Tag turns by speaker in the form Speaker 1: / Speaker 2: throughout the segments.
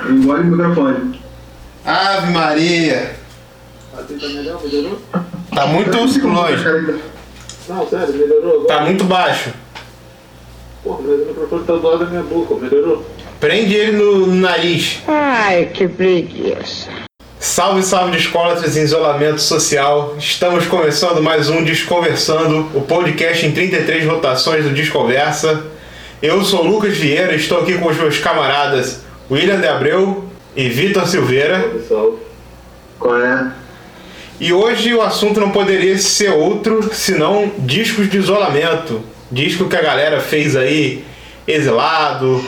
Speaker 1: Engole o microfone.
Speaker 2: Ave Maria!
Speaker 3: Assim tá melhor? Melhorou?
Speaker 2: Tá muito longe.
Speaker 3: Não, sério, melhorou agora?
Speaker 2: Tá muito baixo.
Speaker 3: Porra, mas o microfone tá do lado da minha boca, melhorou?
Speaker 2: Prende ele no nariz.
Speaker 4: Ai, que preguiça.
Speaker 2: Salve, salve, Descólatras em isolamento social. Estamos começando mais um Desconversando, o podcast em 33 rotações do Desconversa. Eu sou o Lucas Vieira, estou aqui com os meus camaradas William de Abreu e Vitor Silveira.
Speaker 3: Salve, salve.
Speaker 1: Qual é?
Speaker 2: E hoje o assunto não poderia ser outro senão discos de isolamento. Disco que a galera fez aí exilado,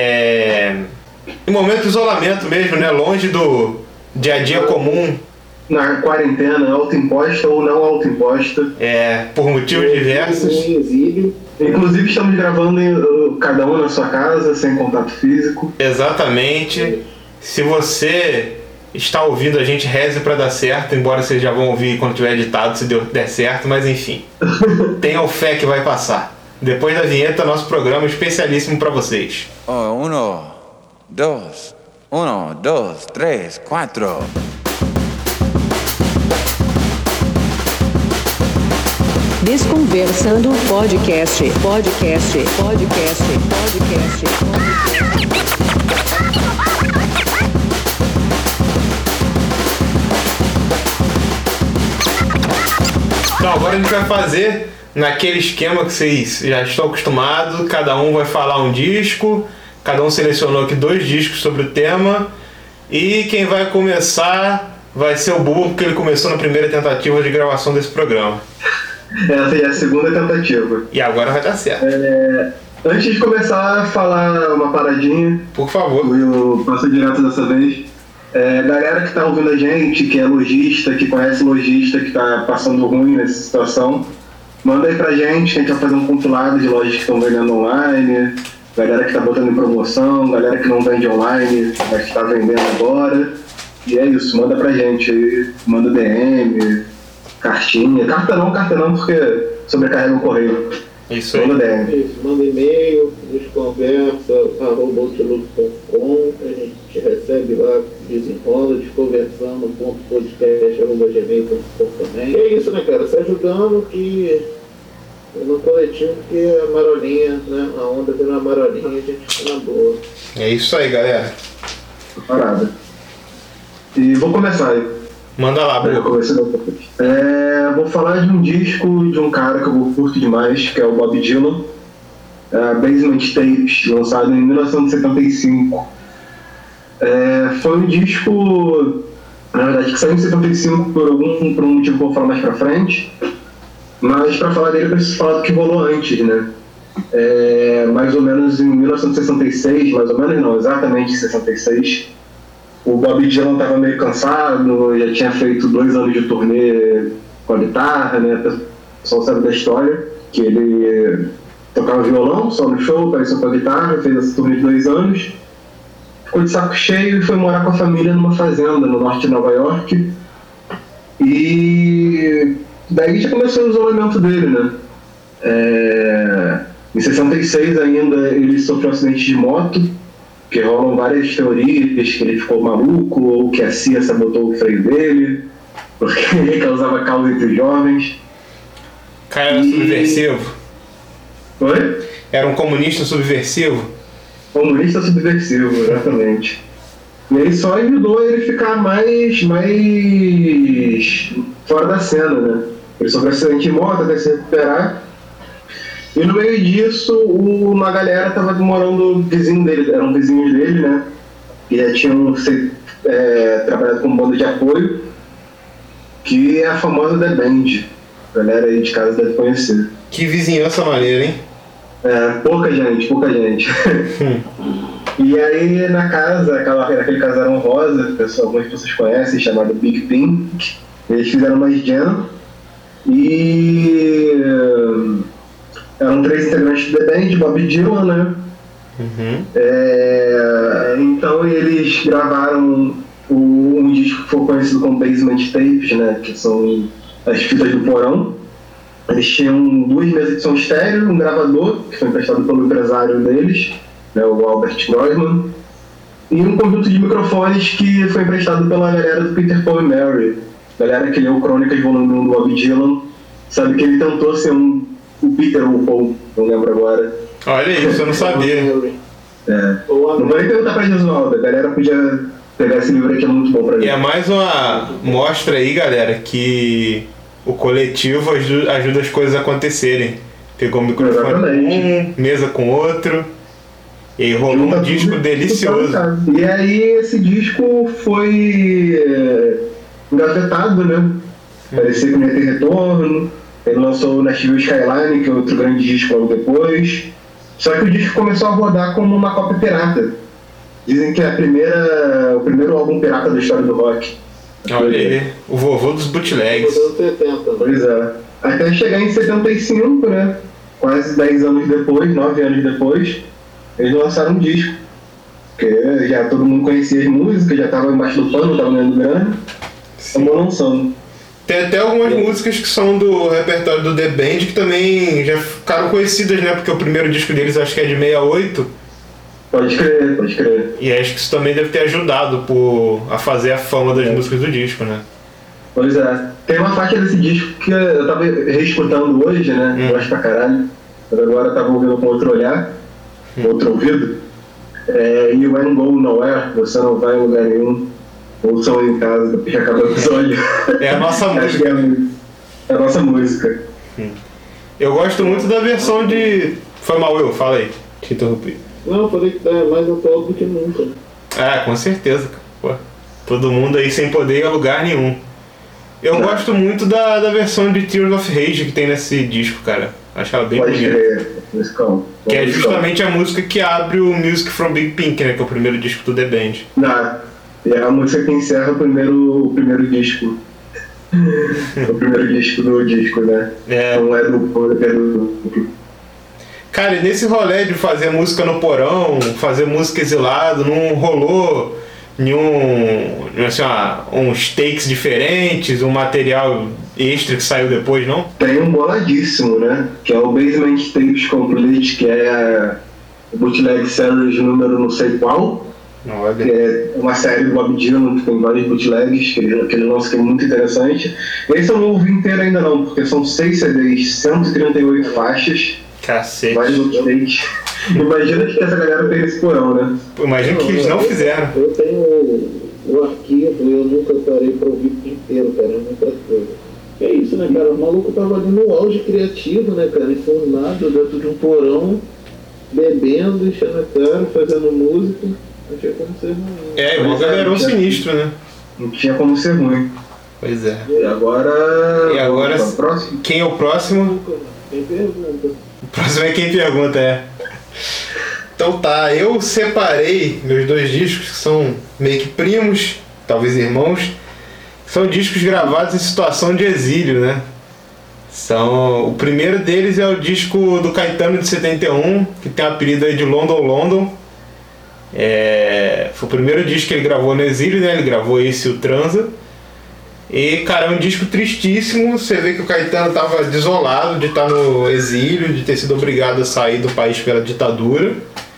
Speaker 2: em momento de isolamento mesmo, né? Longe do dia a dia comum.
Speaker 1: Na quarentena, autoimposta ou não autoimposta.
Speaker 2: Por motivos diversos.
Speaker 3: Em exílio.
Speaker 1: Inclusive estamos gravando cada um na sua casa, sem contato físico.
Speaker 2: Exatamente. Se você está ouvindo a gente, reze para dar certo, embora vocês já vão ouvir quando tiver editado se der certo, mas enfim. Tenham fé que vai passar. Depois da vinheta, nosso programa especialíssimo para vocês.
Speaker 5: 1, 2, 1, 2, 3, 4.
Speaker 6: Desconversando podcast.
Speaker 2: Então, agora a gente vai fazer naquele esquema que vocês já estão acostumados. Cada um vai falar um disco, cada um selecionou aqui 2 discos sobre o tema. E quem vai começar vai ser o Bubu, porque ele começou na primeira tentativa de gravação desse programa.
Speaker 1: Essa é a segunda tentativa.
Speaker 2: E agora vai dar certo.
Speaker 1: Antes de começar a falar uma paradinha,
Speaker 2: Por favor.
Speaker 1: eu passo direto dessa vez. Galera que tá ouvindo a gente, que é lojista, que conhece lojista, que tá passando ruim nessa situação, manda aí pra gente, que a gente vai fazer um compilado de lojas que estão vendendo online, galera que tá botando em promoção, galera que não vende online, mas que tá vendendo agora. E é isso, manda pra gente aí, manda DM, cartinha. Carta não, porque sobrecarrega o correio.
Speaker 2: Isso aí.
Speaker 1: Manda DM.
Speaker 3: Isso, manda e-mail, desconversa@outlook.com, a gente recebe lá, desenrola, desconversando.podcast@gmail.com também. E é isso, né, cara? Se ajudando que no coletivo que a marolinha, né? A onda vira uma marolinha e a gente fica na boa.
Speaker 2: É isso aí, galera.
Speaker 1: Parada. E vou começar aí.
Speaker 2: Manda lá, Bubu.
Speaker 1: Vou falar de um disco de um cara que eu curto demais, que é o Bob Dylan, Basement Tapes, lançado em 1975. Foi um disco, na verdade, que saiu em 75 por um motivo que eu vou falar mais pra frente, mas pra falar dele eu preciso falar do que rolou antes, né? Mais ou menos em 1966, mais ou menos não, exatamente em 66, o Bob Dylan estava meio cansado, já tinha feito 2 anos de turnê com a guitarra, né? O pessoal sabe da história, que ele tocava violão só no show, apareceu com a guitarra, fez essa turnê de 2 anos, ficou de saco cheio e foi morar com a família numa fazenda no norte de Nova York. E daí já começou o isolamento dele, né? Em 66 ainda ele sofreu um acidente de moto, que rolam várias teorias que ele ficou maluco ou que a CIA sabotou o freio dele, porque ele causava caos entre os jovens.
Speaker 2: Cara, era subversivo.
Speaker 1: Oi?
Speaker 2: Era um comunista subversivo.
Speaker 1: Comunista subversivo, exatamente. E aí só ajudou ele ficar mais fora da cena, né? Ele sofreu acidente de moto até se recuperar. E no meio disso, uma galera tava morando vizinho dele, eram vizinhos dele, né? E já tinham trabalhado com banda de apoio, que é a famosa The Band. A galera aí de casa deve conhecer.
Speaker 2: Que vizinhança maneira, hein?
Speaker 1: Pouca gente. E aí na casa, aquele casarão rosa, que algumas pessoas conhecem, chamado Big Pink, eles fizeram uma jam e eram 3 integrantes do The Band, Bob Dylan, né?
Speaker 2: Uhum.
Speaker 1: Então eles gravaram um disco que foi conhecido como Basement Tapes, né? Que são as fitas do porão. Eles tinham 2 mesas de som estéreo, um gravador, que foi emprestado pelo empresário deles, né, o Albert Grossman, e um conjunto de microfones que foi emprestado pela galera do Peter, Paul e Mary. Galera que leu Crônicas Volume 1 do Bob Dylan, sabe que ele tentou ser o Peter ou o Paul, não lembro agora.
Speaker 2: Olha isso, eu não sabia.
Speaker 1: Não vou nem perguntar pra Jesualdo, a galera podia pegar esse livro aqui, é muito bom pra
Speaker 2: E
Speaker 1: mim.
Speaker 2: é mais uma mostra aí, galera, que o coletivo ajuda as coisas a acontecerem. Pegou o microfone com um, mesa com outro, e aí rolou um disco delicioso.
Speaker 1: E aí esse disco foi engavetado, né? Parecia que não ia ter retorno. Ele lançou o Nashville Skyline, que é outro grande disco logo depois. Só que o disco começou a rodar como uma cópia pirata. Dizem que é o primeiro álbum pirata da história do rock.
Speaker 2: Olha aí, o vovô dos bootlegs.
Speaker 1: Pois é. Até chegar em 75, né? Quase 10 anos depois, 9 anos depois, eles lançaram um disco. Porque já todo mundo conhecia as músicas, já estava embaixo do pano, estava ganhando grana. Estamos lançando.
Speaker 2: Tem até algumas músicas que são do repertório do The Band que também já ficaram conhecidas, né? Porque o primeiro disco deles acho que é de 68.
Speaker 1: Pode crer, pode crer.
Speaker 2: E acho que isso também deve ter ajudado a fazer a fama das músicas do disco, né?
Speaker 1: Pois é. Tem uma faixa desse disco que eu tava reescutando hoje, né? Gosto pra caralho. Mas agora eu tava ouvindo com outro olhar, com outro ouvido. You Ain't Go Nowhere, você não vai em lugar nenhum. Ouçam em casa, depois que acaba o episódio.
Speaker 2: É a nossa música.
Speaker 1: É a nossa música.
Speaker 2: Eu gosto muito da versão de... Foi mal, Will, fala aí. Te interrompi.
Speaker 3: Não, eu falei que tá mais atual do que nunca.
Speaker 2: Com certeza, cara. Pô, todo mundo aí sem poder ir a lugar nenhum. Eu gosto muito da versão de Tears of Rage que tem nesse disco, cara. Acho ela bem bonita.
Speaker 1: Musicão.
Speaker 2: Que é justamente a música que abre o Music from Big Pink, né? Que é o primeiro disco do The Band.
Speaker 1: É a música que encerra o primeiro disco. O primeiro disco do disco, né? Não é do...
Speaker 2: Cara, e nesse rolê de fazer música no porão, fazer música exilado, não rolou nenhum, assim, uns takes diferentes, um material extra que saiu depois, não?
Speaker 1: Tem um boladíssimo, né? Que é o Basement Tapes Complete, que é o Bootleg Series número não sei qual. Que é uma série do Bob Dylan que tem vários bootlegs que ele lança, que é muito interessante. Esse eu não ouvi inteiro ainda não, porque são 6 CDs, 138 faixas.
Speaker 2: Cacete.
Speaker 1: Vários outtakes. Imagina que essa galera fez esse porão, né?
Speaker 2: Imagina que eles não fizeram.
Speaker 3: Eu tenho o arquivo e eu nunca parei pra ouvir inteiro, cara, é muita coisa. É isso, né, cara? O maluco tava ali no auge criativo, né, cara? Informado dentro de um porão, bebendo, enchendo a cara, fazendo música. Não tinha como ser ruim.
Speaker 2: Uma galera sinistro, né?
Speaker 1: Não tinha como ser ruim.
Speaker 2: Pois é.
Speaker 1: E agora
Speaker 2: próximo? Quem é o próximo?
Speaker 3: Quem pergunta?
Speaker 2: O próximo é quem pergunta, Então tá, eu separei meus 2 discos que são meio que primos, talvez irmãos. São discos gravados em situação de exílio, né? O primeiro deles é o disco do Caetano de 71, que tem o apelido aí de London London. Foi o primeiro disco que ele gravou no exílio, né? Ele gravou esse, o Transa. E, cara, é um disco tristíssimo. Você vê que o Caetano tava desolado de estar no exílio, de ter sido obrigado a sair do país pela ditadura.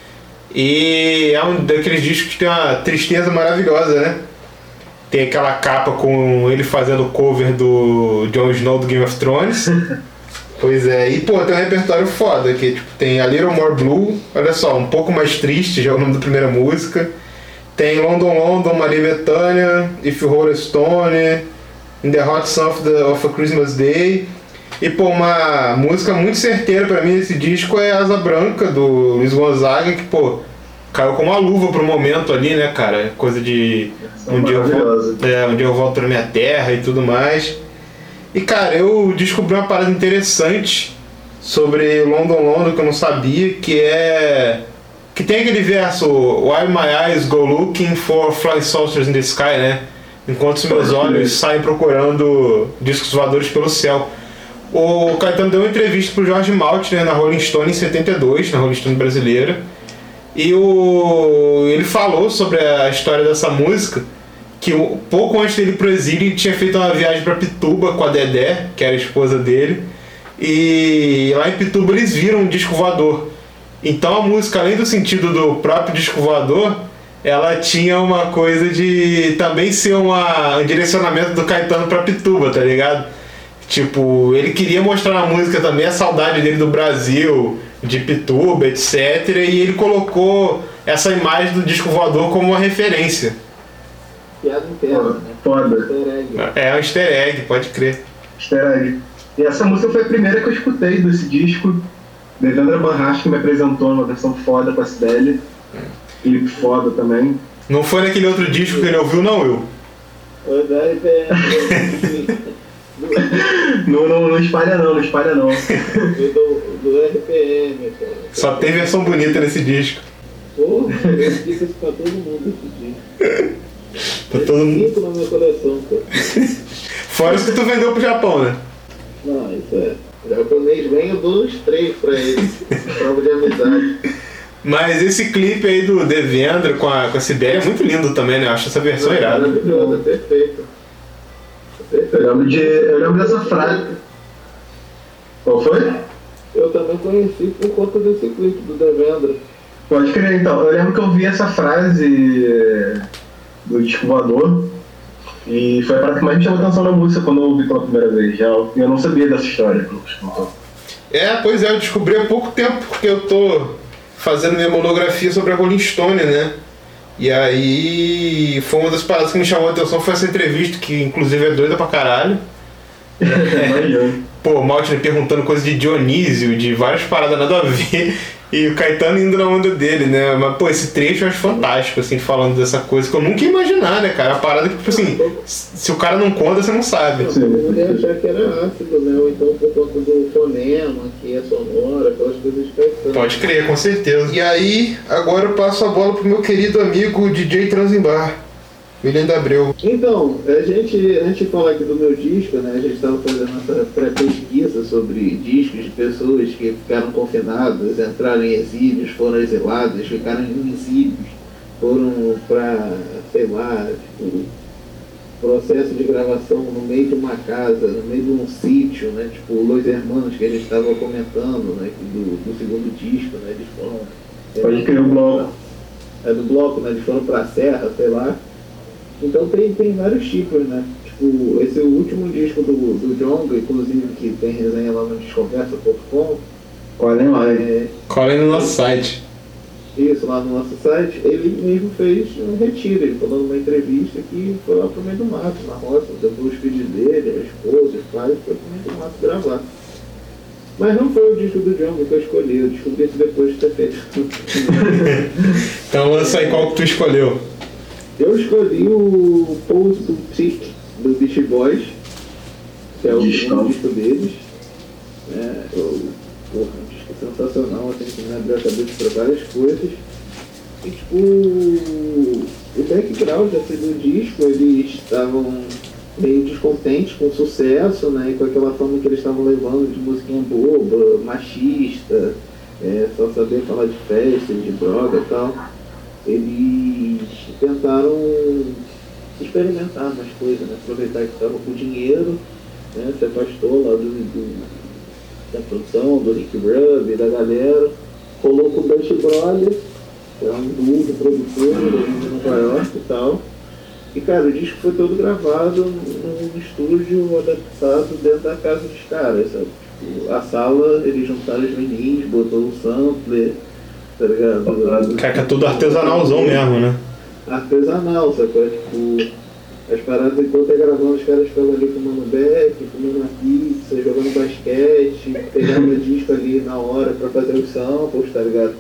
Speaker 2: E é um daqueles discos que tem uma tristeza maravilhosa, né? Tem aquela capa com ele fazendo cover do Jon Snow do Game of Thrones. Pois é, e pô, tem um repertório foda, que tipo, tem A Little More Blue, olha só, um pouco mais triste, já é o nome da primeira música. Tem London London, Maria Bethânia, If You Roll a Stone, In the Hot Sun of a Christmas Day. E pô, uma música muito certeira pra mim nesse disco é Asa Branca, do Luiz Gonzaga, que pô, caiu como uma luva pro momento ali, né, cara? Coisa de um dia eu volto pra minha terra e tudo mais. E cara, eu descobri uma parada interessante sobre London London que eu não sabia, que tem aquele verso While my eyes go looking for flying saucers in the sky, né? Enquanto os meus olhos saem procurando discos voadores pelo céu. O Caetano deu uma entrevista pro Jorge Maltner, né, na Rolling Stone em 72, na Rolling Stone brasileira. E ele falou sobre a história dessa música, que pouco antes dele ir pro exílio ele tinha feito uma viagem para Pituba com a Dedé, que era a esposa dele, e lá em Pituba eles viram um disco voador. Então a música, além do sentido do próprio disco voador, ela tinha uma coisa de também ser um direcionamento do Caetano pra Pituba, tá ligado? Tipo, ele queria mostrar na música também a saudade dele do Brasil, de Pituba, etc. E ele colocou essa imagem do disco voador como uma referência.
Speaker 3: Piada interna, né?
Speaker 1: Foda.
Speaker 3: Easter egg.
Speaker 2: É um easter egg, pode crer.
Speaker 1: Easter egg. E essa música foi a primeira que eu escutei desse disco. Devendra Banhart que me apresentou uma versão foda com a Sibeli. Clipe foda também.
Speaker 2: Não foi naquele outro disco que ele ouviu, não, eu.
Speaker 3: Foi da RPM.
Speaker 1: Não espalha não, não espalha não.
Speaker 3: do RPM, cara.
Speaker 2: Só tem versão bonita nesse disco.
Speaker 3: Porra, eu disse isso pra todo mundo esse dia.
Speaker 2: Pra todo mundo.
Speaker 3: 5 na minha coleção, cara.
Speaker 2: Fora os que tu vendeu pro Japão, né?
Speaker 3: Não, isso é. O japonês vem, eu dou uns 3 pra ele. Prova de amizade.
Speaker 2: Mas esse clipe aí do Devendra com a Sibeli é muito lindo também, né? Eu acho essa versão irada.
Speaker 3: Maravilhoso, é perfeito.
Speaker 1: Eu lembro dessa frase. Qual foi?
Speaker 3: Eu também conheci por conta desse clipe do Devendra.
Speaker 1: Pode crer, então. Eu lembro que eu vi essa frase do disco voador e foi a parte que mais me chamou atenção na música quando eu ouvi pela primeira vez. Eu não sabia dessa história.
Speaker 2: Pois é, eu descobri há pouco tempo porque eu tô fazendo minha monografia sobre a Rolling Stone, né? E aí foi uma das paradas que me chamou a atenção, foi essa entrevista, que inclusive é doida pra caralho. Pô, o Maltner perguntando coisa de Dionísio, de várias paradas nada a ver, e o Caetano indo na onda dele, né? Mas, pô, esse trecho eu acho fantástico, assim, falando dessa coisa que eu nunca ia imaginar, né, cara? A parada que, tipo assim, se o cara não conta, você não sabe.
Speaker 3: Eu ia achar que era ácido, né? Ou então por conta do fonema, que é sonora, aquelas coisas de Caetano.
Speaker 2: Pode crer, com certeza. E aí, agora eu passo a bola pro meu querido amigo DJ Transimbar, William da Abreu.
Speaker 3: Então, antes de falar aqui do meu disco, né, a gente estava fazendo essa pré-pesquisa sobre discos de pessoas que ficaram confinadas, entraram em exílios, foram exiladas, ficaram em exílios, foram para, sei lá, tipo, processo de gravação no meio de uma casa, no meio de um sítio, né, tipo Los Hermanos, que a gente estava comentando, né, do segundo disco, né, eles foram...
Speaker 1: Pode crer, o bloco.
Speaker 3: Do bloco, né, eles foram para a serra, sei lá. Então tem vários tipos, né? Tipo, esse último disco do Djonga, inclusive, que tem resenha lá no desconversa.com.
Speaker 2: Colhem no nosso site.
Speaker 3: Isso, lá no nosso site. Ele mesmo fez um retiro. Ele falou numa entrevista que foi lá pro meio do mato, na roça, depois os filhos dele, a esposa, os pais, foi pro meio do mato gravar. Mas não foi o disco do Djonga que eu escolhi. Eu descobri isso depois de ter feito.
Speaker 2: Então lança aí qual que tu escolheu.
Speaker 3: Eu escolhi o Pose Boutique do Beach Boys, que é o segundo disco deles. Porra, um disco sensacional, assim, que me abriu a cabeça para várias coisas. E tipo, o background assim, do disco, eles estavam meio descontentes com o sucesso, né? E com aquela forma que eles estavam levando de musiquinha boba, machista, só saber falar de festa, de droga e tal. Eles tentaram experimentar mais coisas, né? Aproveitar que estavam com dinheiro, né? Se afastou lá da produção, do Rick Rubin, da galera, colocou com o Dutch Brother, que é um duo de produtor de Nova York e tal. E cara, o disco foi todo gravado num estúdio adaptado dentro da casa dos caras, sabe? Tipo, a sala, eles juntaram os vinis, botou o sampler, tá ligado?
Speaker 2: Cara, é tudo artesanalzão mesmo, né?
Speaker 3: Artesanal, sacou? Tipo, as paradas enquanto é gravando, os caras ficavam ali fumando beck, comendo uma pizza, jogando basquete, pegando o disco ali na hora pra fazer os samples, tá ligado?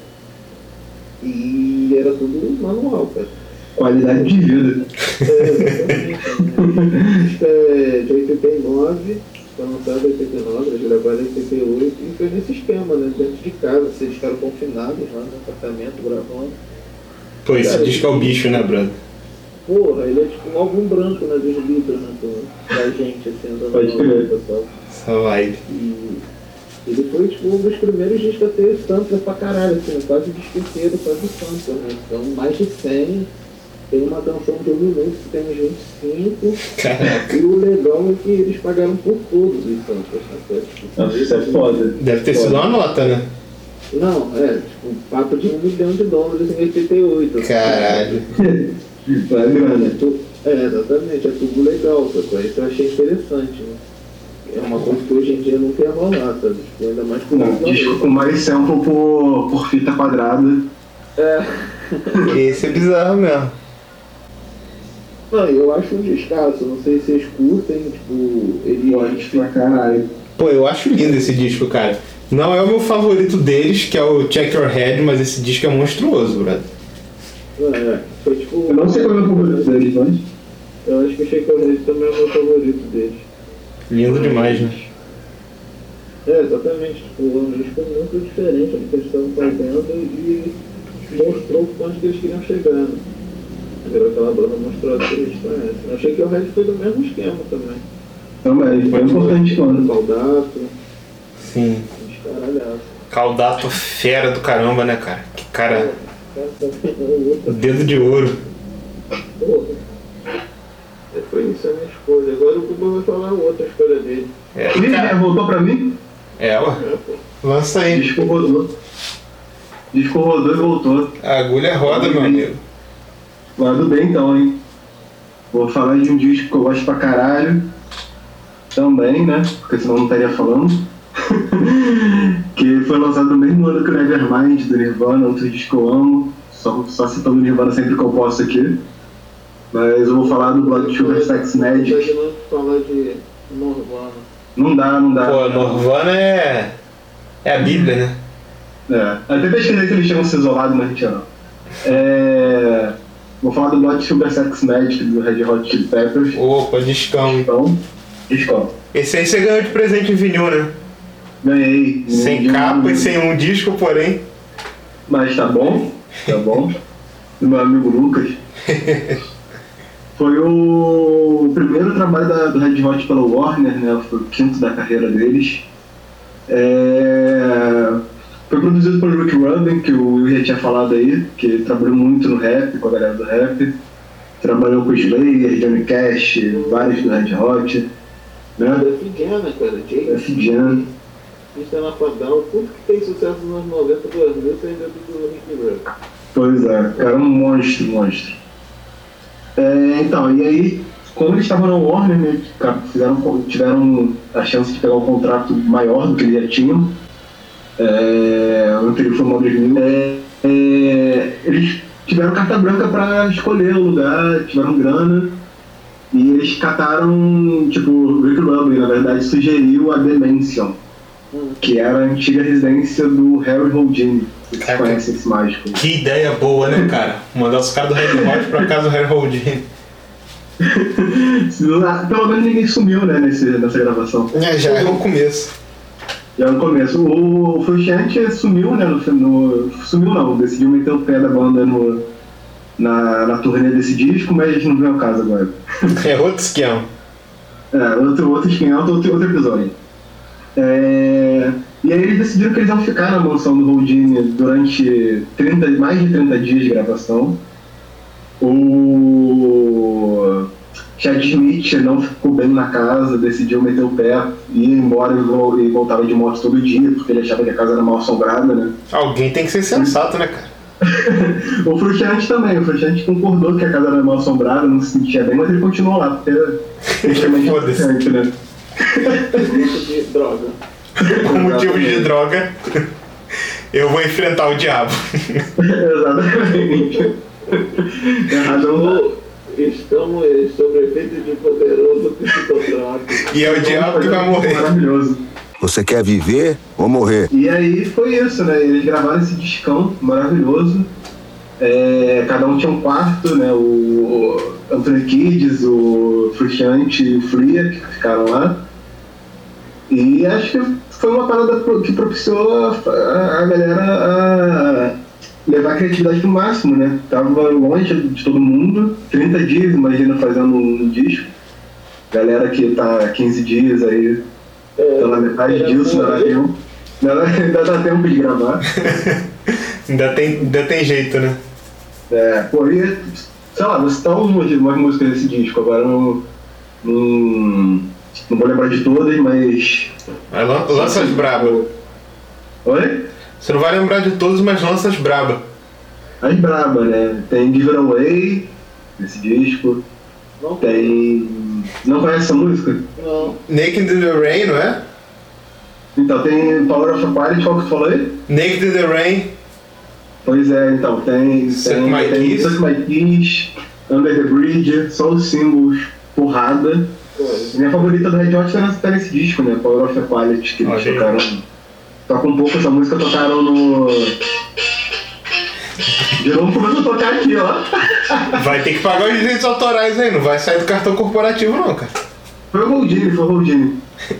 Speaker 3: E era tudo manual, cara.
Speaker 1: Qualidade de vida.
Speaker 3: Exatamente. O disco é de 89, foi lançado em 89, eles gravaram em 88, e foi nesse esquema, né? Dentro de casa, eles ficaram confinados lá no apartamento gravando.
Speaker 2: Pô, esse disco é o bicho, né, brother?
Speaker 3: Porra, ele é tipo um álbum branco, né, dos Beatles, né, da gente, assim, andando na rua, pessoal.
Speaker 2: Essa vibe.
Speaker 3: E ele foi, tipo, um dos primeiros discos a ter sampler pra caralho, assim, né, quase o disco inteiro quase sampler, né, então mais de 100, tem uma canção de 1 minuto que tem uns 25,
Speaker 2: Caraca.
Speaker 3: e o legal é que eles pagaram por todos os samplers, né,
Speaker 1: Nossa, isso é foda.
Speaker 2: Deve ter sido uma nota, né?
Speaker 3: Não, tipo, papo de $1 milhão em 88.
Speaker 2: Caralho.
Speaker 1: Vai grana.
Speaker 3: Exatamente, é tudo legal, sacou? Isso eu achei interessante, né? É uma coisa que hoje em dia não ia rolar, sabe? Tipo, ainda mais por
Speaker 1: Não, disco com mais sample por fita quadrada.
Speaker 2: Esse é bizarro mesmo.
Speaker 3: Não, eu acho um descasso, não sei se vocês curtem, tipo, ele.
Speaker 1: Gosto pra caralho.
Speaker 2: Pô, eu acho lindo esse disco, cara. Não é o meu favorito deles, que é o Check Your Head, mas esse disco é monstruoso, brother.
Speaker 3: Foi tipo.
Speaker 1: Eu não sei qual é o meu favorito deles, mas...
Speaker 3: Eu acho que o Shake Your Head também é o meu favorito deles.
Speaker 2: Lindo demais, né?
Speaker 3: Exatamente, tipo, é um disco muito diferente do que eles estavam fazendo e mostrou o quanto que eles queriam chegar, né? Virou aquela banda monstruosa que eles conhecem. Eu achei que o Red foi do mesmo esquema também.
Speaker 1: Também, foi importante, mano.
Speaker 3: Caldato,
Speaker 2: Sim.
Speaker 3: descaralhaço.
Speaker 2: Caldato fera do caramba, né, cara? Que cara.
Speaker 3: Outra
Speaker 2: Dedo de ouro.
Speaker 3: porra. Foi isso a minha escolha. Agora o Cuba vai falar outra escolha dele.
Speaker 1: Ele já voltou pra mim?
Speaker 2: Ué. Lança aí.
Speaker 1: Disco rodou. Disco rodou e voltou.
Speaker 2: A agulha roda, meu amigo.
Speaker 1: Guardo bem então, hein? Vou falar de um disco que eu gosto pra caralho. Também, né? Porque senão não estaria falando. Que foi lançado no mesmo ano que o Nevermind do Nirvana, outro disco que eu amo. Só citando o Nirvana sempre que eu posso aqui. Mas eu vou falar do Blood Sugar Sex Magic.
Speaker 3: Não falar de Nirvana.
Speaker 1: Não dá.
Speaker 2: Pô, Nirvana é a Bíblia, né?
Speaker 1: Até pesquisei que eles tinham se isolado, mas não tinha não. Vou falar do Blood Sugar Sex Magic do Red Hot Chili Peppers.
Speaker 2: Opa, discão.
Speaker 1: Então, discão.
Speaker 2: Esse aí você ganhou de presente em vinil, né?
Speaker 1: Ganhei.
Speaker 2: Sem capa e sem um disco, porém.
Speaker 1: Mas tá bom. Do meu amigo Lucas. Foi o primeiro trabalho do Red Hot pela Warner, né? Foi o quinto da carreira deles. Foi produzido por Rick Rubin, que o Will já tinha falado aí, que trabalhou muito no rap, com a galera do rap. Trabalhou com Slayer, Johnny Cash, vários do Red Hot. Né?
Speaker 3: F-Jam, cara?
Speaker 1: F-Jam.
Speaker 3: Sistema Fadal, tudo que tem sucesso nos anos 90 do Brasil tem dentro do Rick Rubin.
Speaker 1: Pois é, cara, um monstro. Então, e aí, como eles estavam na Warner, né, tiveram a chance de pegar um contrato maior do que eles já tinham. O anterior foi o 2000. Eles tiveram carta branca para escolher o lugar, tiveram grana. E eles cataram, tipo, o Rick Rubin, na verdade, sugeriu a The Mansion, que era a antiga residência do Harry Houdini. Vocês conhecem esse mágico?
Speaker 2: Que ideia boa, né, cara? Mandar os caras do Red Hot pra casa do Harry Houdini.
Speaker 1: Pelo menos ninguém sumiu, né, nessa gravação.
Speaker 2: Já é o começo.
Speaker 1: Já no começo. O Frusciante sumiu, né, sumiu não, decidiu meter o pé da banda na turnê desse disco, mas não veio ao caso agora.
Speaker 2: É outro esquema.
Speaker 1: Outro esquema, outro episódio. E aí eles decidiram que eles iam ficar na mansão do Houdini durante mais de 30 dias de gravação. O Chad Smith não ficou bem na casa, decidiu meter o pé, ia embora e voltava de moto todo dia, porque ele achava que a casa era mal assombrada, né?
Speaker 2: Alguém tem que ser sensato, né, cara?
Speaker 1: O Frusciante também, o Frusciante concordou que a casa era mal assombrada, não se sentia bem, mas ele continuou lá, porque era extremamente importante, né?
Speaker 3: De droga.
Speaker 2: Com motivos de droga, eu vou enfrentar o diabo.
Speaker 1: Exatamente.
Speaker 3: Estamos sob efeito de poderoso psicotrópico.
Speaker 2: E é o diabo que vai morrer.
Speaker 1: Maravilhoso.
Speaker 6: Você quer viver ou morrer?
Speaker 1: E aí foi isso, né? Eles gravaram esse discão maravilhoso. Cada um tinha um quarto, né? O Anthony Kiedis, o Frusciante e o Flea, que ficaram lá. E acho que foi uma parada que propiciou a galera a levar a criatividade pro máximo, né? Tava longe de todo mundo, 30 dias, imagina, fazendo um disco. Galera que tá 15 dias aí, pela metade disso no avião. Ainda dá tempo de gravar.
Speaker 2: ainda tem jeito, né?
Speaker 1: E, sei lá, vou citar umas músicas desse disco, agora não vou lembrar de todas, mas...
Speaker 2: Lança as brabas.
Speaker 1: Oi?
Speaker 2: Você não vai lembrar de todos, mas lança as braba.
Speaker 1: As braba, né? Tem Give It Away, esse disco.
Speaker 3: Não
Speaker 1: Tem... Não conhece essa música?
Speaker 3: Não.
Speaker 2: Naked in the Rain, não é?
Speaker 1: Então tem Power of Aquarius, qual que tu falou aí?
Speaker 2: Naked in the Rain.
Speaker 1: Pois é, então tem
Speaker 2: Suck My Kiss.
Speaker 1: Suck My Kiss, Under the Bridge, só os símbolos, porrada. Minha favorita do Red Hot tá nesse disco, né? Power of Aquarius, que eles
Speaker 2: Ok.
Speaker 1: tocaram. Toca um pouco essa música, tocaram no... De novo começou a tocar aqui, ó.
Speaker 2: Vai ter que pagar os direitos autorais aí, não vai sair do cartão corporativo não, cara.
Speaker 1: Foi o Houdini.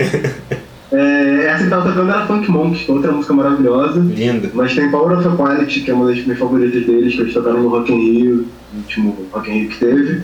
Speaker 1: Essa que tava tocando era Funk Monk, outra música maravilhosa.
Speaker 2: Linda.
Speaker 1: Mas tem Power of Equality, que é uma das minhas favoritas deles, que eles tocaram no Rock in Rio, no último Rock in Rio que teve.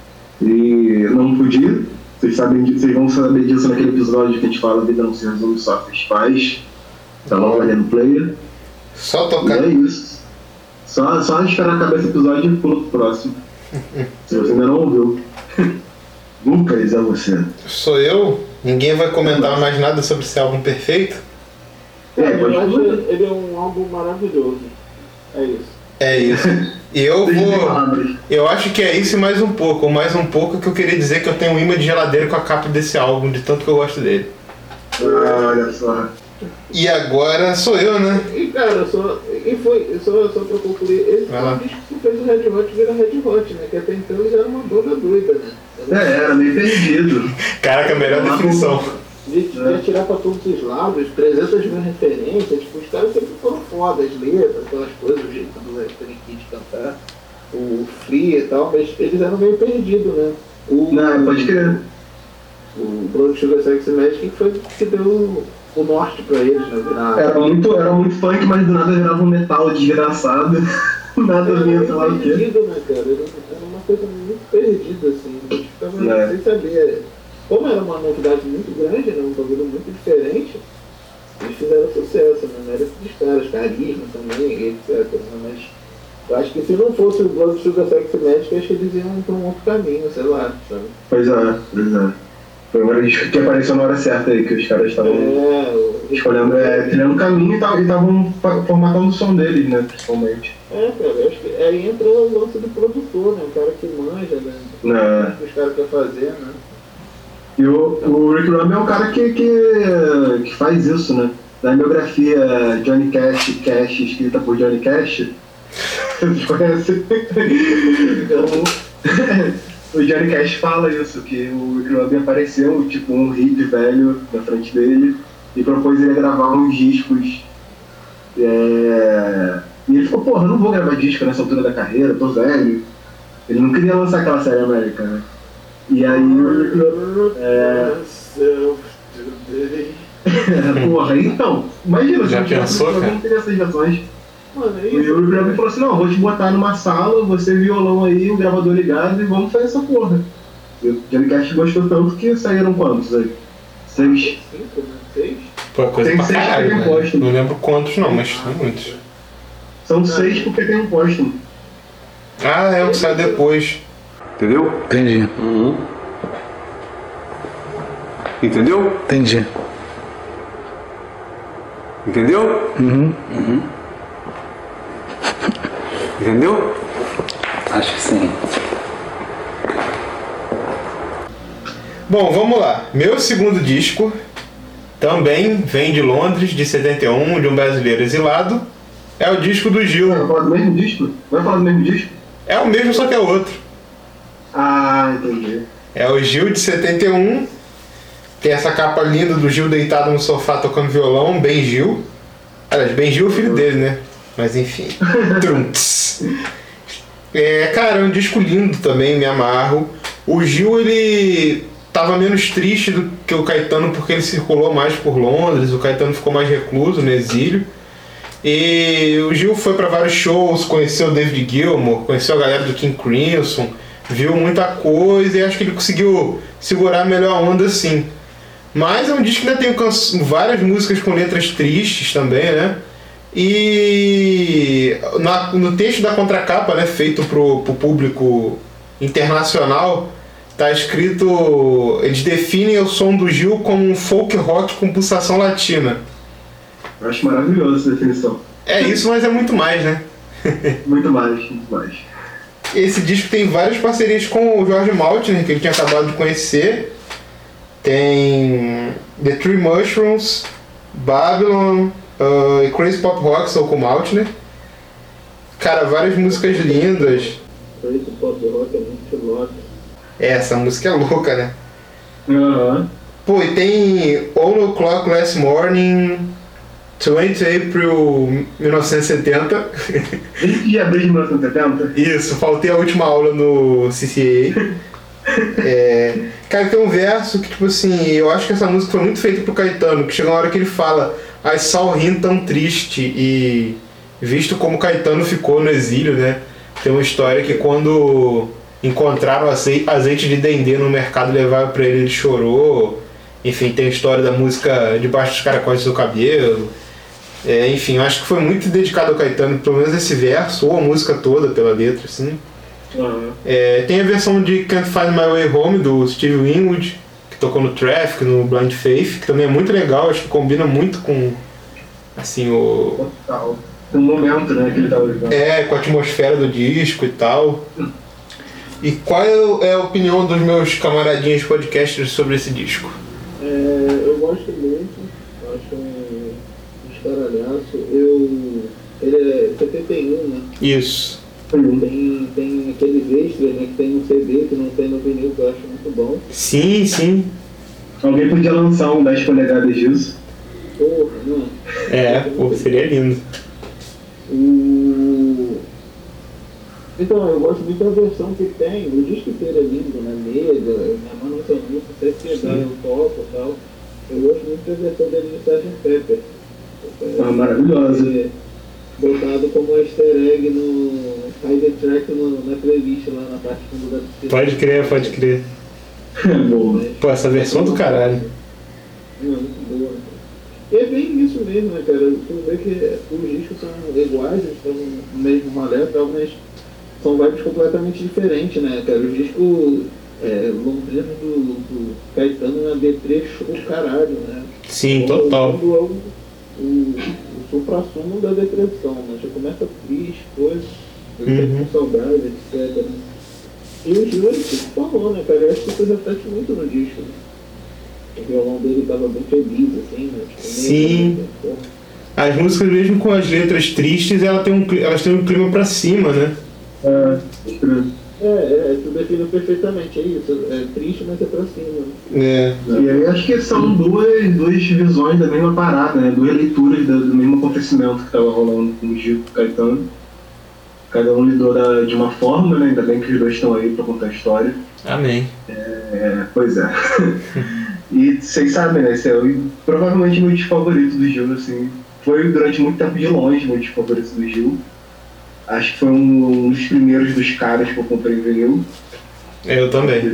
Speaker 1: E não podia. Vocês vão saber disso naquele episódio que a gente fala Vida não se resume só a festivais. Tá lá olhando no player.
Speaker 2: Só
Speaker 1: E
Speaker 2: tocar.
Speaker 1: é isso. Só esperar acabar esse episódio e pula pro próximo. Se você ainda não ouviu. Lucas, é você.
Speaker 2: Sou eu? Ninguém vai comentar mais nada sobre esse álbum perfeito?
Speaker 1: Pode
Speaker 3: Eu acho
Speaker 1: falar.
Speaker 3: que ele é um álbum maravilhoso. É isso.
Speaker 2: É isso. E eu
Speaker 1: Sem
Speaker 2: vou...
Speaker 1: palavras.
Speaker 2: Eu acho que é isso e mais um pouco. Mais um pouco que eu queria dizer que eu tenho um imã de geladeira com a capa desse álbum, de tanto que eu gosto dele.
Speaker 1: Olha só.
Speaker 2: E agora sou eu, né?
Speaker 3: E cara, só pra concluir, esse
Speaker 2: Vai
Speaker 3: foi
Speaker 2: lá.
Speaker 3: o disco que fez o Red Hot virar Red Hot, né? Que até então eles eram uma banda doida, né?
Speaker 1: Era meio perdido.
Speaker 2: Caraca, a melhor definição.
Speaker 3: De tirar pra todos os lados, 300 mil referências, tipo, os caras sempre foram foda, as letras, aquelas coisas, o jeito do Anthony Kidd cantar, o Flea e tal, mas eles eram meio perdidos, né?
Speaker 1: Não, pode crer.
Speaker 3: O Blood Sugar Sex Magic que foi que deu o norte pra eles, né? Virar...
Speaker 1: Era muito funk, mas do nada virava um metal desgraçado. Nada vinha, sei lá o quê.
Speaker 3: perdido, né, cara? Era uma coisa muito perdida, assim. A gente ficava
Speaker 1: É.
Speaker 3: sem saber. Como era uma novidade muito grande, né? Um bagulho muito diferente, eles fizeram sucesso, né? Não era esses caras, carisma também, etc. Né? Mas eu acho que se não fosse o Blood Sugar Sex Magic, acho que eles iam pra um outro caminho, sei lá, sabe?
Speaker 1: Pois é. Foi uma disco que apareceu na hora certa aí, que os caras estavam escolhendo, trilhando o caminho e estavam formatando o som deles, né, principalmente.
Speaker 3: Cara, eu acho que aí entra o lance do produtor, né? O cara que manja, né?
Speaker 1: É.
Speaker 3: O que os caras querem fazer, né?
Speaker 1: E o Rick Rubin é um cara que faz isso, né? Na biografia Johnny Cash, escrita por Johnny Cash, vocês conhecem? O Johnny Cash fala isso, que o Rick Rubin apareceu, tipo, um hippie velho na frente dele e propôs ele gravar uns discos. E ele ficou, porra, eu não vou gravar disco nessa altura da carreira, tô velho. Ele não queria lançar aquela série América, né? E aí porra, então, imagina,
Speaker 2: Já pensou, cara?
Speaker 1: não teria essas versões.
Speaker 3: Mano, é
Speaker 1: E o Rick Rubin falou assim, não, vou te botar numa sala, você violão aí, o gravador ligado e vamos fazer essa porra. E o Johnny Cash gostou tanto que saíram quantos aí? 6.
Speaker 3: 5, né? 6?
Speaker 2: Pô, coisa
Speaker 1: Tem
Speaker 2: pra
Speaker 1: seis
Speaker 2: caralho,
Speaker 1: que tem
Speaker 2: né?
Speaker 1: posto.
Speaker 2: Não lembro quantos não, mas são muitos.
Speaker 1: São 6 porque tem um póstumo.
Speaker 2: Ah, é o que sai depois.
Speaker 7: Entendeu?
Speaker 8: Entendi.
Speaker 7: Entendeu?
Speaker 8: Entendi.
Speaker 7: Entendeu? Entendeu?
Speaker 8: Acho que sim.
Speaker 2: Bom, vamos lá. Meu segundo disco também vem de Londres, de 71, de um brasileiro exilado. É o disco do Gil.
Speaker 1: Vai falar do mesmo disco? Vai falar do mesmo disco?
Speaker 2: É o mesmo, só que é outro.
Speaker 1: Ah, entendi.
Speaker 2: É o Gil de 71. Tem essa capa linda do Gil deitado no sofá tocando violão, bem Gil. Aliás, bem Gil é o filho dele, né? Mas enfim. Trunks. Cara, é um disco lindo também, me amarro. O Gil, ele tava menos triste do que o Caetano porque ele circulou mais por Londres, o Caetano ficou mais recluso no exílio. E o Gil foi para vários shows, conheceu o David Gilmour, conheceu a galera do King Crimson, viu muita coisa e acho que ele conseguiu segurar melhor a onda assim. Mas é um disco que ainda tem várias músicas com letras tristes também, né? E no texto da contracapa, né, feito pro público internacional, tá escrito, eles definem o som do Gil como um folk rock com pulsação latina.
Speaker 1: Eu acho maravilhosa essa definição.
Speaker 2: É isso, mas é muito mais, né?
Speaker 1: Muito mais, muito mais.
Speaker 2: Esse disco tem várias parcerias com o George Maltner, que ele tinha acabado de conhecer. Tem The Three Mushrooms, Babylon e Crazy Pop Rock são com o Maltner. Cara, várias músicas lindas.
Speaker 3: Crazy Pop Rock é muito louco.
Speaker 2: Essa música é louca, né?
Speaker 1: Aham.
Speaker 2: Pô, e tem All O'Clock Last Morning, 20 April 1970.
Speaker 1: 20 de abril de 1970?
Speaker 2: Isso, faltei a última aula no CCA. Cara, tem um verso que, tipo assim, eu acho que essa música foi muito feita pro Caetano, que chega uma hora que ele fala: I saw him tão triste, e visto como Caetano ficou no exílio, né? Tem uma história que quando encontraram azeite de dendê no mercado, levaram pra ele chorou. Enfim, tem a história da música Debaixo dos Caracóis do Seu Cabelo. Enfim, eu acho que foi muito dedicado ao Caetano, pelo menos esse verso, ou a música toda pela letra, assim.
Speaker 1: Uhum.
Speaker 2: Tem a versão de Can't Find My Way Home, do Steve Winwood, que tocou no Traffic, no Blind Faith, que também é muito legal, acho que combina muito com, assim, o...
Speaker 1: Total. O momento, né, que ele tava vivendo.
Speaker 2: com a atmosfera do disco e tal. E qual é a opinião dos meus camaradinhos podcasters sobre esse disco?
Speaker 3: Eu gosto muito, acho um escaralhaço. Ele é 71, né?
Speaker 2: Isso.
Speaker 3: Tem aqueles extras, né, que tem no CD, que não tem no vinil, que eu acho muito bom.
Speaker 2: Sim, sim.
Speaker 1: Alguém podia lançar um 10 polegadas disso.
Speaker 3: Porra, não.
Speaker 2: Seria lindo.
Speaker 3: Então, eu gosto muito da versão que tem, o disco inteiro é lindo, né? Nega, minha mão não tem muito, até quebrar o topo e tal. Eu gosto muito da versão dele de Sgt. Pepper.
Speaker 1: Maravilhosa.
Speaker 3: Botado como easter egg no Hide Track na playlist lá na parte fundo da piscina.
Speaker 2: Pode crer.
Speaker 1: Boa.
Speaker 2: Pô, essa versão do caralho.
Speaker 3: Muito boa. E é bem isso mesmo, né, cara? Tu vê que os discos são iguais, eles estão no mesmo malé e tal, mas são vibes completamente diferentes, né, cara? O disco londrino do Caetano na D3 show caralho, né?
Speaker 2: Sim, total.
Speaker 3: O supra-sumo da depressão, né? Já começa triste, coisa, com saudade, etc. E o Júlio, que tu falou, né, cara? Eu acho que isso reflete muito no disco, né? O violão dele tava bem feliz, assim, né? Tipo,
Speaker 2: sim. As músicas, mesmo com as letras tristes, elas têm um clima pra cima, né?
Speaker 3: Tu definiu perfeitamente, é isso. É triste, mas é pra cima.
Speaker 1: E aí acho que são duas visões da mesma parada, né? Duas leituras do mesmo acontecimento que tava rolando com o Gil Caetano. Cada um lidou de uma forma, né? Ainda bem que os dois estão aí pra contar a história.
Speaker 2: Amém.
Speaker 1: Pois é. E vocês sabem, né? Esse é provavelmente o meu disco favorito do Gil, assim. Foi durante muito tempo de longe meu disco favorito do Gil. Acho que foi um dos primeiros dos caras que eu comprei em vinil.
Speaker 2: Eu também.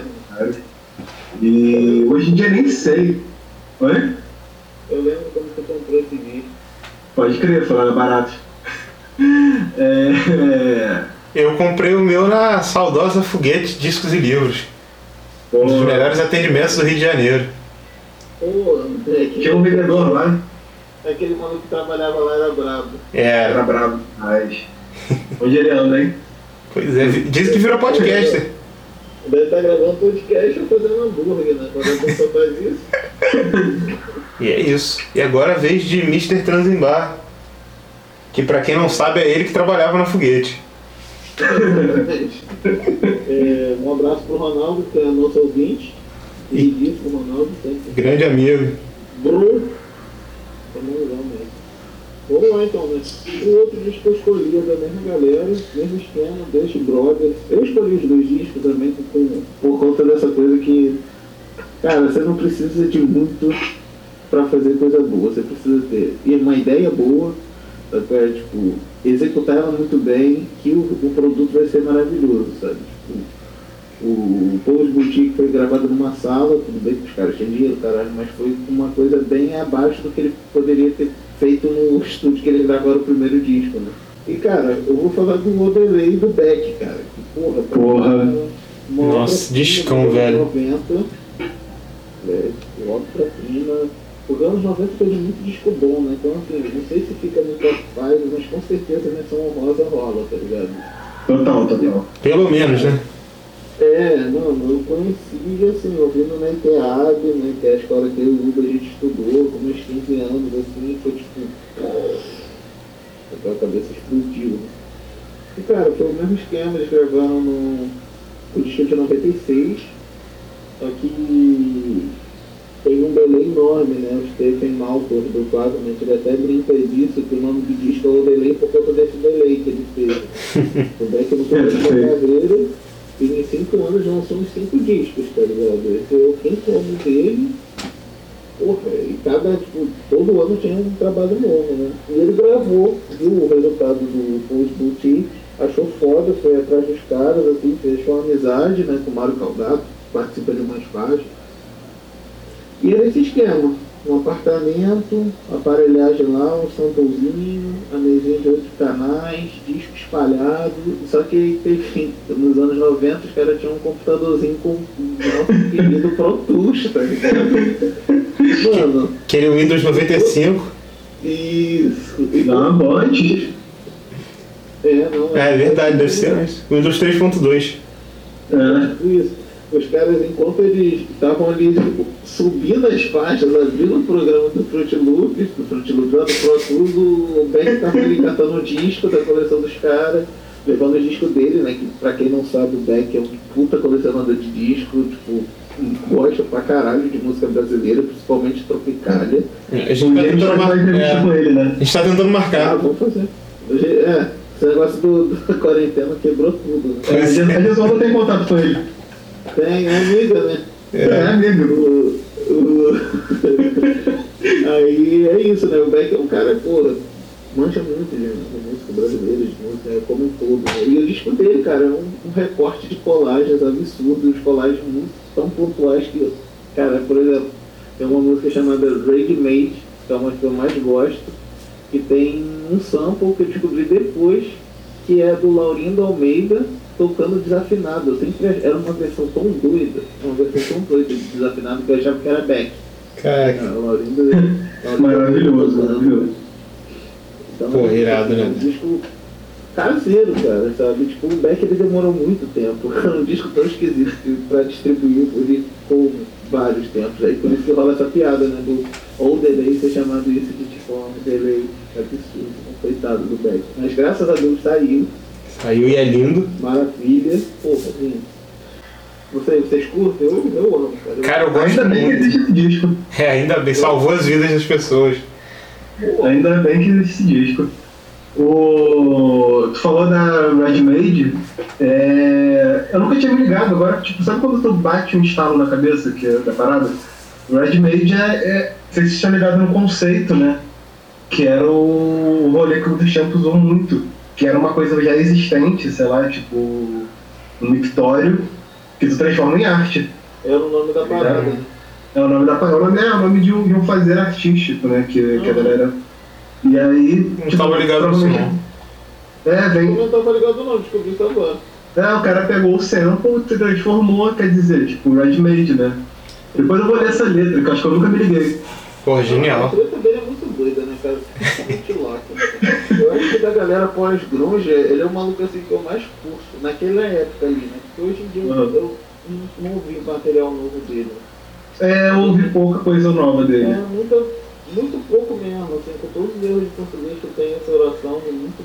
Speaker 1: E hoje em dia nem sei. Oi?
Speaker 3: Eu lembro quando você comprou esse disco.
Speaker 1: Pode crer, falando barato.
Speaker 2: Eu comprei o meu na saudosa Foguete Discos e Livros. Um dos melhores atendimentos do Rio de Janeiro.
Speaker 1: Tinha um vendedor lá.
Speaker 3: Aquele maluco que trabalhava lá era brabo.
Speaker 1: Era brabo, mas... Onde ele anda, hein?
Speaker 2: Pois é, diz que virou podcaster.
Speaker 3: Deve estar gravando podcast ou fazendo hambúrguer, né? Quando a pessoa faz isso.
Speaker 2: E é isso. E agora a vez de Mr. Transimbar. Que pra quem não sabe é ele que trabalhava na Foguete.
Speaker 3: Um abraço pro Ronaldo, que é nosso ouvinte. E disse pro Ronaldo sempre.
Speaker 2: Grande amigo.
Speaker 3: Bro. Vamos lá mesmo. Vamos lá então, né? O outro disco que eu escolhi é da mesma galera, mesmo esquema, Dust Brothers. Eu escolhi os dois discos também por conta dessa coisa que, cara, você não precisa de muito pra fazer coisa boa. Você precisa ter uma ideia boa, tipo, executar ela muito bem, que o produto vai ser maravilhoso, sabe? Tipo, o Paul's Boutique foi gravado numa sala, tudo bem que os caras tinham dinheiro, caralho, mas foi uma coisa bem abaixo do que ele poderia ter feito no estúdio que eles gravaram o primeiro disco, né? E, cara, eu vou falar do Odelay e do Beck, cara. Que, porra.
Speaker 2: Nossa, discão, velho.
Speaker 3: 90, logo pra cima, porque anos 90 teve muito disco bom, né? Então, assim, não sei se fica no top 5, mas com certeza a menção honrosa rola, tá ligado?
Speaker 1: Total.
Speaker 2: Pelo menos, né?
Speaker 3: Não, eu conheci, assim, ouvindo na ITEAB, né, que é a escola que eu e o Hugo a gente estudou, com uns 15 anos, assim, foi tipo, a cabeça explodiu, né? E, cara, foi o mesmo esquema, eles gravaram o disco de 96, só que tem um delay enorme, né, o Stephen Maltor, do quadro, né, ele até brinca disso, que o nome do disco é o delay por conta desse delay que ele fez. O Beck no começo da carreira, e em 5 anos lançou uns 5 discos, tá ligado? Esse é o quinto ano dele. Porra, e todo ano tinha um trabalho novo, né? E ele gravou, viu o resultado do Pulse Boutique, achou foda, foi atrás dos caras, assim, fechou uma amizade, né, com o Mário Caldato, participa de umas faixas. E era esse esquema, um apartamento, aparelhagem lá, um samplezinho, a mesinha de 8 canais, disco espalhado, só que teve, nos anos 90 os caras tinham um computadorzinho com o nosso querido Pro Tools, tá ligado? Mano.
Speaker 2: Aquele Windows 95.
Speaker 3: Isso.
Speaker 1: Não, pode.
Speaker 3: Não.
Speaker 2: É verdade, deve ser isso. Windows 3.2.
Speaker 3: Isso. Os caras, enquanto eles estavam ali subindo as faixas, abrindo o programa do Fruit Loops, do Pro Tools, o Beck estava ali catando o disco da coleção dos caras, levando o disco dele, né? Que pra quem não sabe, o Beck é um puta colecionador de disco, tipo, gosta pra caralho de música brasileira, principalmente Tropicália.
Speaker 2: A gente tá tentando marcar.
Speaker 1: Com ele, né?
Speaker 2: A gente tá tentando marcar.
Speaker 3: Vamos fazer. Esse negócio da quarentena quebrou tudo, né?
Speaker 1: A gente só não tem contato com ele.
Speaker 3: Tem, é amiga, né?
Speaker 1: Amigo.
Speaker 3: Aí é isso, né? O Beck é um cara, porra, mancha muito de música brasileira, de música como um todo. Né? E o disco dele, cara, é um recorte de colagens absurdos, colagens muito tão pontuais que, cara, por exemplo, tem uma música chamada Ready Made, que é uma que eu mais gosto, que tem um sample que eu descobri depois, que é do Laurindo Almeida, tocando desafinado. Eu sempre era uma versão tão doida de desafinado que eu achava que era Beck.
Speaker 2: Caraca.
Speaker 3: Laurindo
Speaker 1: Maravilhoso.
Speaker 3: Então,
Speaker 2: pô, irado, né?
Speaker 3: Um disco caseiro, cara, sabe? Tipo, o Beck ele demorou muito tempo. É um disco tão esquisito pra distribuir, ele ficou vários tempos. Aí por isso que rola essa piada, né? Do ou delay ser chamado isso de tipo um delay absurdo, coitado do Beck. Mas graças a Deus saiu.
Speaker 2: Saiu e é lindo.
Speaker 3: Maravilha. Pô, lindo. Vocês curtem? Eu amo, cara.
Speaker 2: Cara, eu gosto
Speaker 1: Ainda bem que
Speaker 2: muito.
Speaker 1: existe esse disco.
Speaker 2: Ainda bem, salvou as vidas das pessoas.
Speaker 1: Ainda bem que existe esse disco. Tu falou da Red Made, eu nunca tinha me ligado agora, tipo, sabe quando tu bate um estalo na cabeça que é da parada? O Red Made vocês tinham ligado no conceito, né? Que era o rolê que o Duchamp usou muito, que era uma coisa já existente, sei lá, tipo, um mictório que tu transforma em arte.
Speaker 3: Era o nome da parada, né?
Speaker 1: É o nome da parada, é o nome de um fazer artístico, né? Que a galera. E aí.
Speaker 2: Não tava ligado nisso, não.
Speaker 1: Vem.
Speaker 3: Eu não tava ligado, não, descobri isso agora.
Speaker 1: O cara pegou o sample e transformou, quer dizer, tipo, Red Made, né? Depois eu vou ler essa letra, que eu acho que eu nunca me liguei.
Speaker 2: Porra, genial.
Speaker 3: A letra dele é muito doida, né, cara? Muito louca. Eu acho que da galera pós-grunge, ele é o maluco assim que eu mais curto, naquela época ali, né? Porque hoje em dia eu não ouvi material novo dele.
Speaker 1: Eu ouvi pouca coisa nova dele.
Speaker 3: Muito pouco mesmo, assim, com todos os erros de português que eu tenho essa oração, muito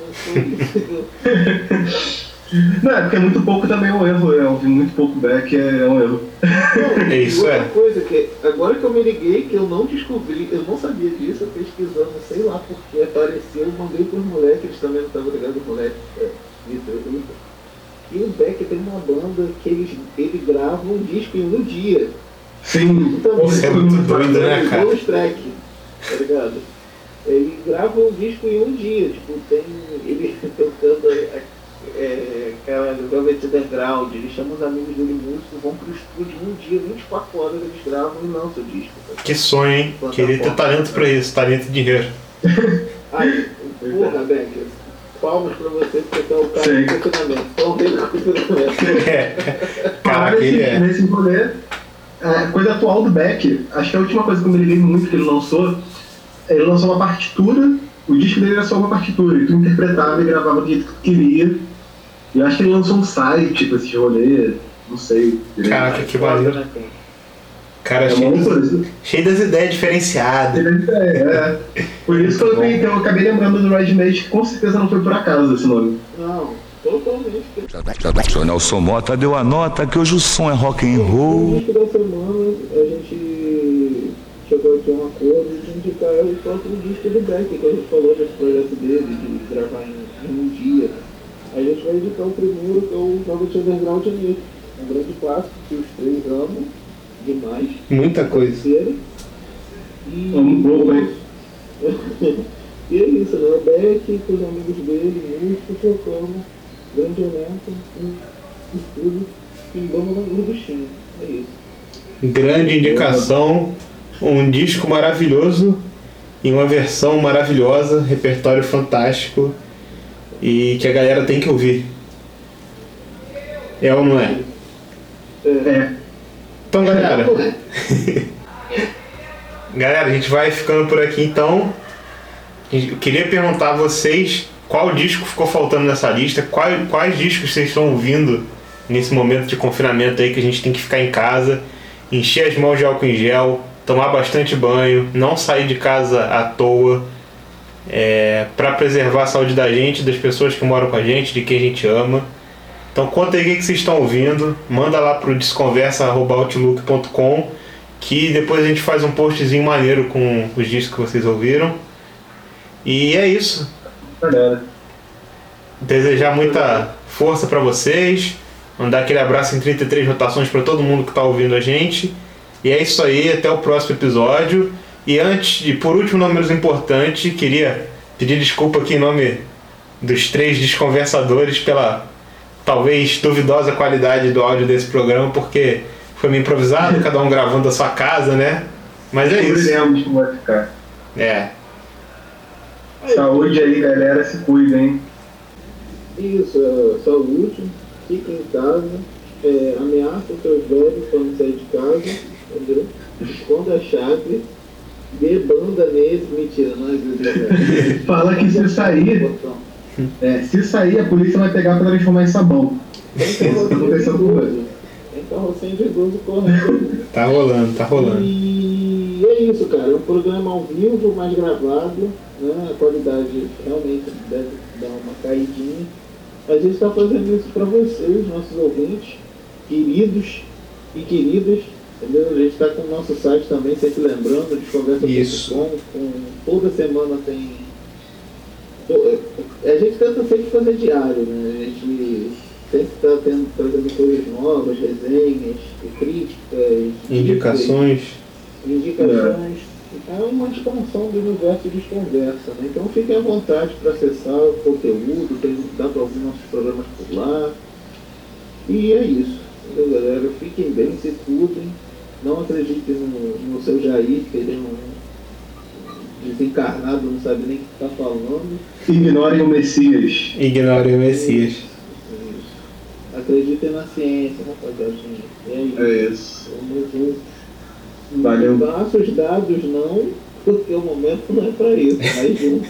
Speaker 3: pouco.
Speaker 1: Não, é porque muito pouco também é um erro, eu ouvi muito pouco Beck é um erro.
Speaker 3: Não,
Speaker 2: Isso
Speaker 3: outra coisa, que agora que eu me liguei, que eu não descobri, eu não sabia disso, eu pesquisando, sei lá porque apareceu, eu mandei pros moleques, eles também não estavam ligados, moleques, e o Beck tem uma banda que ele grava um disco em um dia.
Speaker 1: Sim,
Speaker 2: isso é muito doido, né, cara?
Speaker 3: Bonus track, tá ligado? Ele grava um disco em um dia, tipo, tem ele tocando caralho, Velvet Underground, ele chama os amigos dele músicos, vão pro estúdio um dia, 24 horas eles gravam e lançam o disco. Tá?
Speaker 2: Que sonho, hein? Queria ter talento pra isso, talento de dinheiro.
Speaker 3: Aí, porra, Beck, palmas pra você, porque você é o cara do funcionamento. Então, dele com o funcionamento.
Speaker 2: Caraca, ele é.
Speaker 1: Nesse rolê, coisa atual do Beck, acho que a última coisa que eu me liguei muito que ele lançou uma partitura, o disco dele era só uma partitura, e tu interpretava e gravava do jeito que tu queria. E eu acho que ele lançou um site com esse rolê, não sei.
Speaker 2: Caraca, que maneiro. Cara,
Speaker 1: É uma loucura.
Speaker 2: cheio das ideias diferenciadas.
Speaker 1: Por isso que eu acabei lembrando do Ride Mate, que com certeza não foi por acaso esse nome.
Speaker 3: Não, totalmente.
Speaker 6: O Nelson Mota deu a nota que hoje o som é rock and
Speaker 3: No
Speaker 6: roll.
Speaker 3: início da semana, a gente chegou aqui a um acordo de indicar o próprio disco do Beck, que a gente falou desse projeto dele, de gravar em um dia. A gente vai indicar o primeiro, que é o Velvet Underground News, um grande clássico que os três amam demais.
Speaker 2: Muita coisa.
Speaker 3: E
Speaker 1: Um pouco, hein?
Speaker 3: e é isso, né? O Beck com os amigos dele, músicos, tocando, grande elenco, tudo, pimbando no gorduchinho. É isso.
Speaker 2: Grande indicação, um disco maravilhoso em uma versão maravilhosa, repertório fantástico e que a galera tem que ouvir. É ou não é? Então, galera, a gente vai ficando por aqui então. Eu queria perguntar a vocês qual disco ficou faltando nessa lista, quais discos vocês estão ouvindo nesse momento de confinamento aí que a gente tem que ficar em casa, encher as mãos de álcool em gel, tomar bastante banho, não sair de casa à toa, para preservar a saúde da gente, das pessoas que moram com a gente, de quem a gente ama. Então conta aí o que vocês estão ouvindo, manda lá pro desconversa@outlook.com, que depois a gente faz um postzinho maneiro com os discos que vocês ouviram. E é isso. Desejar muita força para vocês, mandar aquele abraço em 33 rotações para todo mundo que está ouvindo a gente. E é isso aí, até o próximo episódio. E por último, não menos importante, queria pedir desculpa aqui em nome dos 3 desconversadores pela talvez duvidosa qualidade do áudio desse programa, porque foi meio improvisado, cada um gravando da sua casa, né? Mas é isso.
Speaker 1: Como vai ficar.
Speaker 3: Saúde
Speaker 1: aí, galera, se cuida, hein?
Speaker 3: Isso, saúde, fique em casa, ameaça os seus velhos quando sair de casa, entendeu? Esconda a chave, dê banda nele, mentira, não é
Speaker 1: Fala que se sair, a polícia vai pegar pra transformar em sabão.
Speaker 3: Tem carrocinho de idoso correndo.
Speaker 2: Tá rolando.
Speaker 3: E é isso, cara, é um programa ao vivo, mais gravado, né? A qualidade realmente deve dar uma caidinha. A gente está fazendo isso para vocês, nossos ouvintes, queridos e queridas, entendeu? A gente está com o nosso site também, sempre lembrando, desconversa.com, toda semana tem... A gente tenta sempre fazer diário, né? A gente sempre está trazendo coisas novas, resenhas, críticas,
Speaker 2: indicações.
Speaker 3: É uma expansão do universo de Desconversa, né? Então fiquem à vontade para acessar o conteúdo, dá para ouvir nossos programas por lá. E é isso, entendeu, galera? Fiquem bem, se cuidem, não acreditem no seu Jair, que ele é um desencarnado, não sabe nem o que está falando.
Speaker 1: Ignorem o Messias.
Speaker 3: Isso. Acreditem na ciência, rapaziada.
Speaker 1: É isso.
Speaker 3: Vamos juntos.
Speaker 1: Valeu.
Speaker 3: Passos dados não, porque o momento não é pra isso, mas juntos.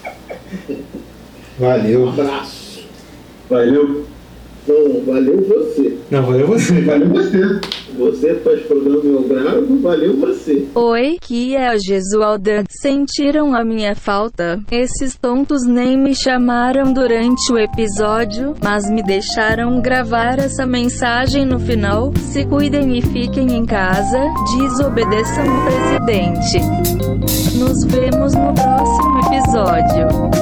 Speaker 2: Valeu.
Speaker 3: Um abraço.
Speaker 1: Valeu.
Speaker 3: Bom, valeu você.
Speaker 2: Não, valeu você.
Speaker 1: Valeu você.
Speaker 3: Você faz programa e eu gravo, valeu você.
Speaker 9: Oi, que é a Jesualda. Sentiram a minha falta? Esses tontos nem me chamaram durante o episódio, mas me deixaram gravar essa mensagem no final. Se cuidem e fiquem em casa, desobedeçam o presidente. Nos vemos no próximo episódio.